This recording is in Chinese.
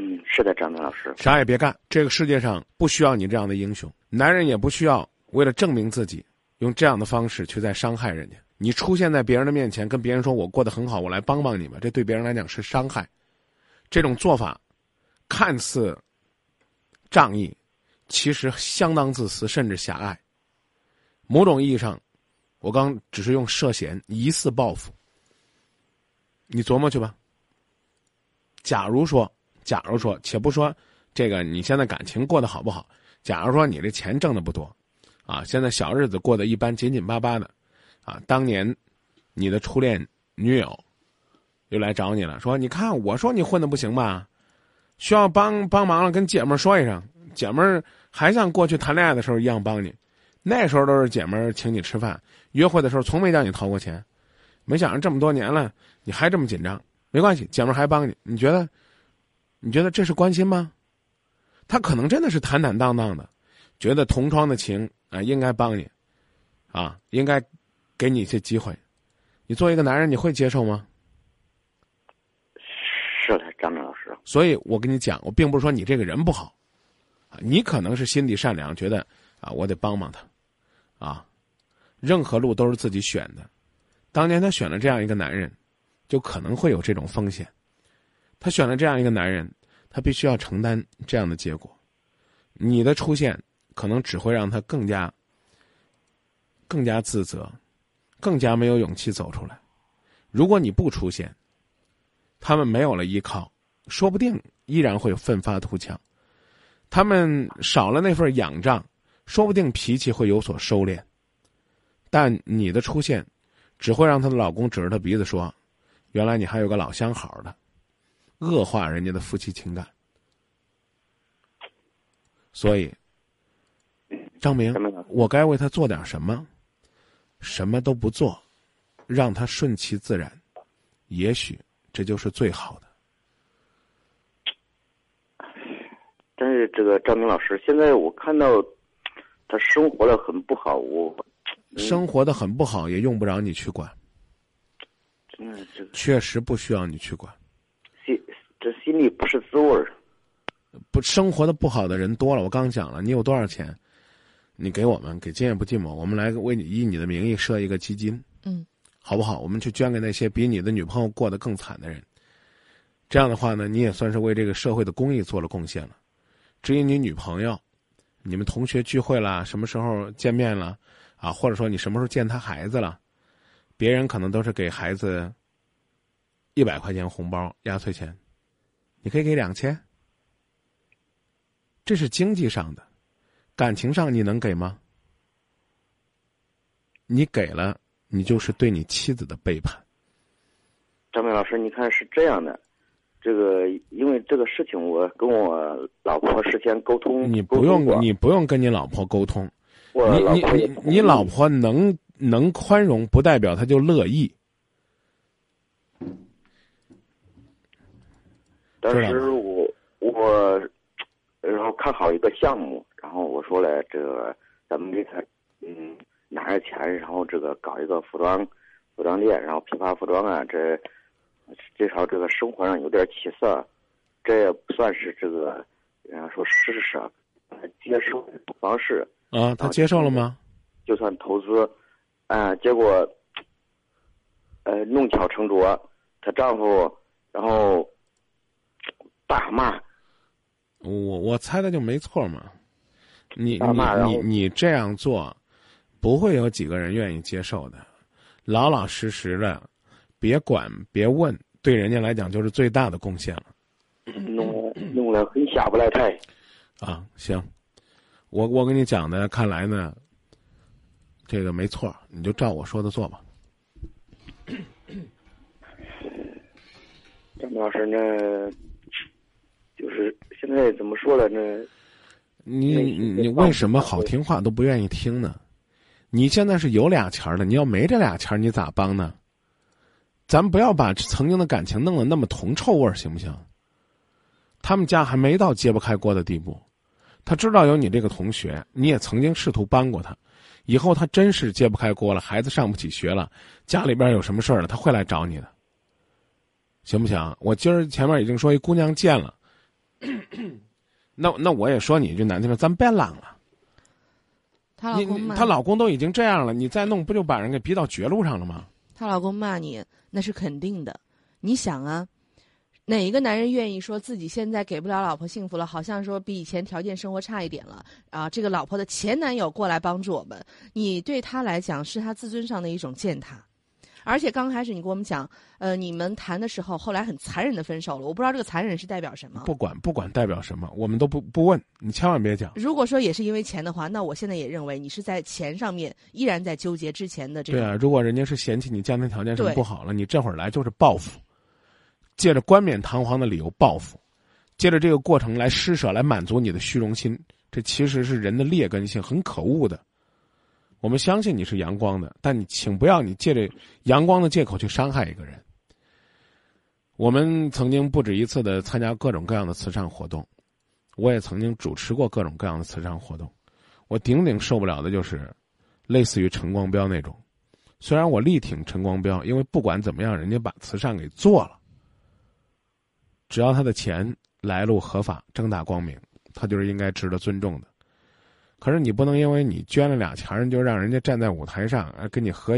是的，张明老师。 啥也别干，这个世界上不需要你这样的英雄，男人也不需要为了证明自己，用这样的方式去再伤害人家。你出现在别人的面前，跟别人说我过得很好，我来帮帮你们，这对别人来讲是伤害。这种做法看似仗义，其实相当自私，甚至狭隘。某种意义上，我刚只是用涉嫌疑似报复，你琢磨去吧。假如说，且不说这个你现在感情过得好不好，假如说你这钱挣的不多，啊，现在小日子过得一般，紧紧巴巴的，啊，当年你的初恋女友又来找你了，说你看我说你混的不行吧，需要帮忙了，跟姐们儿说一声，姐们儿还像过去谈恋爱的时候一样帮你，那时候都是姐们儿请你吃饭，约会的时候从没叫你掏过钱，没想到这么多年了你还这么紧张。没关系，姐们儿还帮你，你觉得这是关心吗？他可能真的是坦坦荡荡的，觉得同窗的情啊，应该帮你，啊，应该给你一些机会。你作为一个男人，你会接受吗？ 是的，张明老师。 所以我跟你讲，我并不是说你这个人不好，啊，你可能是心地善良，觉得啊，我得帮帮他，啊，任何路都是自己选的。当年他选了这样一个男人，就可能会有这种风险。他选了这样一个男人，他必须要承担这样的结果。你的出现可能只会让他更加自责，更加没有勇气走出来。如果你不出现，他们没有了依靠，说不定依然会奋发图强。他们少了那份仰仗，说不定脾气会有所收敛。但你的出现只会让她的老公指着她鼻子说，原来你还有个老相好的，恶化人家的夫妻情感。所以张明，我该为他做点什么？什么都不做，让他顺其自然，也许这就是最好的。 但是这个张明老师，现在我看到他生活的很不好， 生活的很不好也用不着你去管， 真的这个确实不需要你去管。 这心里不是滋味儿。 不，生活的不好的人多了。我刚讲了，你有多少钱，你给我们，给今夜不寂寞，我们来为你以你的名义设一个基金，好不好？我们去捐给那些比你的女朋友过得更惨的人。这样的话呢，你也算是为这个社会的公益做了贡献了。至于你女朋友，你们同学聚会了，什么时候见面了啊？或者说你什么时候见他孩子了，别人可能都是给孩子100块钱红包压岁钱，你可以给2000，这是经济上的。感情上你能给吗？你给了，你就是对你妻子的背叛。 张明老师，你看是这样的，这个因为这个事情，我跟我老婆事先沟通。 你不用跟你老婆沟通，你老婆能宽容，不代表她就乐意。 当时我然后看好一个项目，然后我说了，这个咱们给他拿着钱，然后这个搞一个服装店，然后批发服装啊，至少这个生活上有点起色，这也不算是这个人家说施舍接受的方式啊。他接受了吗？ 就算投资，结果弄巧成拙，她丈夫然后大骂。 我猜的就没错嘛。你这样做，不会有几个人愿意接受的。老老实实的，别管别问，对人家来讲就是最大的贡献了。 弄了很下不来台。 啊，行，我跟你讲的，看来呢，这个没错，你就照我说的做吧。 张明老师呢？就是现在怎么说了呢？ 你为什么好听话都不愿意听呢？你现在是有俩钱的，你要没这俩钱，你咋帮呢？咱们不要把曾经的感情弄得那么铜臭味，行不行？他们家还没到揭不开锅的地步，他知道有你这个同学，你也曾经试图帮过他，以后他真是揭不开锅了，孩子上不起学了，家里边有什么事儿了，他会来找你的，行不行？我今儿前面已经说一姑娘见了， 那我也说你一句难听的，咱别浪了。她老公都已经这样了，你再弄不就把人给逼到绝路上了吗？ 她老公骂你那是肯定的。你想啊，哪一个男人愿意说自己现在给不了老婆幸福了，好像说比以前条件生活差一点了啊？这个老婆的前男友过来帮助我们，你对他来讲是他自尊上的一种践踏。而且刚开始你跟我们讲，你们谈的时候，后来很残忍的分手了。我不知道这个残忍是代表什么。 不管代表什么，我们都不问，你千万别讲。 如果说也是因为钱的话，那我现在也认为你是在钱上面依然在纠结之前的这个。 对啊，如果人家是嫌弃你家庭条件什么不好了，你这会儿来就是报复，借着冠冕堂皇的理由报复，借着这个过程来施舍，来满足你的虚荣心，这其实是人的劣根性，很可恶的。我们相信你是阳光的，但你请不要你借着阳光的借口去伤害一个人。我们曾经不止一次的参加各种各样的慈善活动，我也曾经主持过各种各样的慈善活动。我顶受不了的就是类似于陈光标那种，虽然我力挺陈光标，因为不管怎么样人家把慈善给做了，只要他的钱来路合法正大光明，他就是应该值得尊重的。可是你不能因为你捐了俩钱就让人家站在舞台上跟你合影。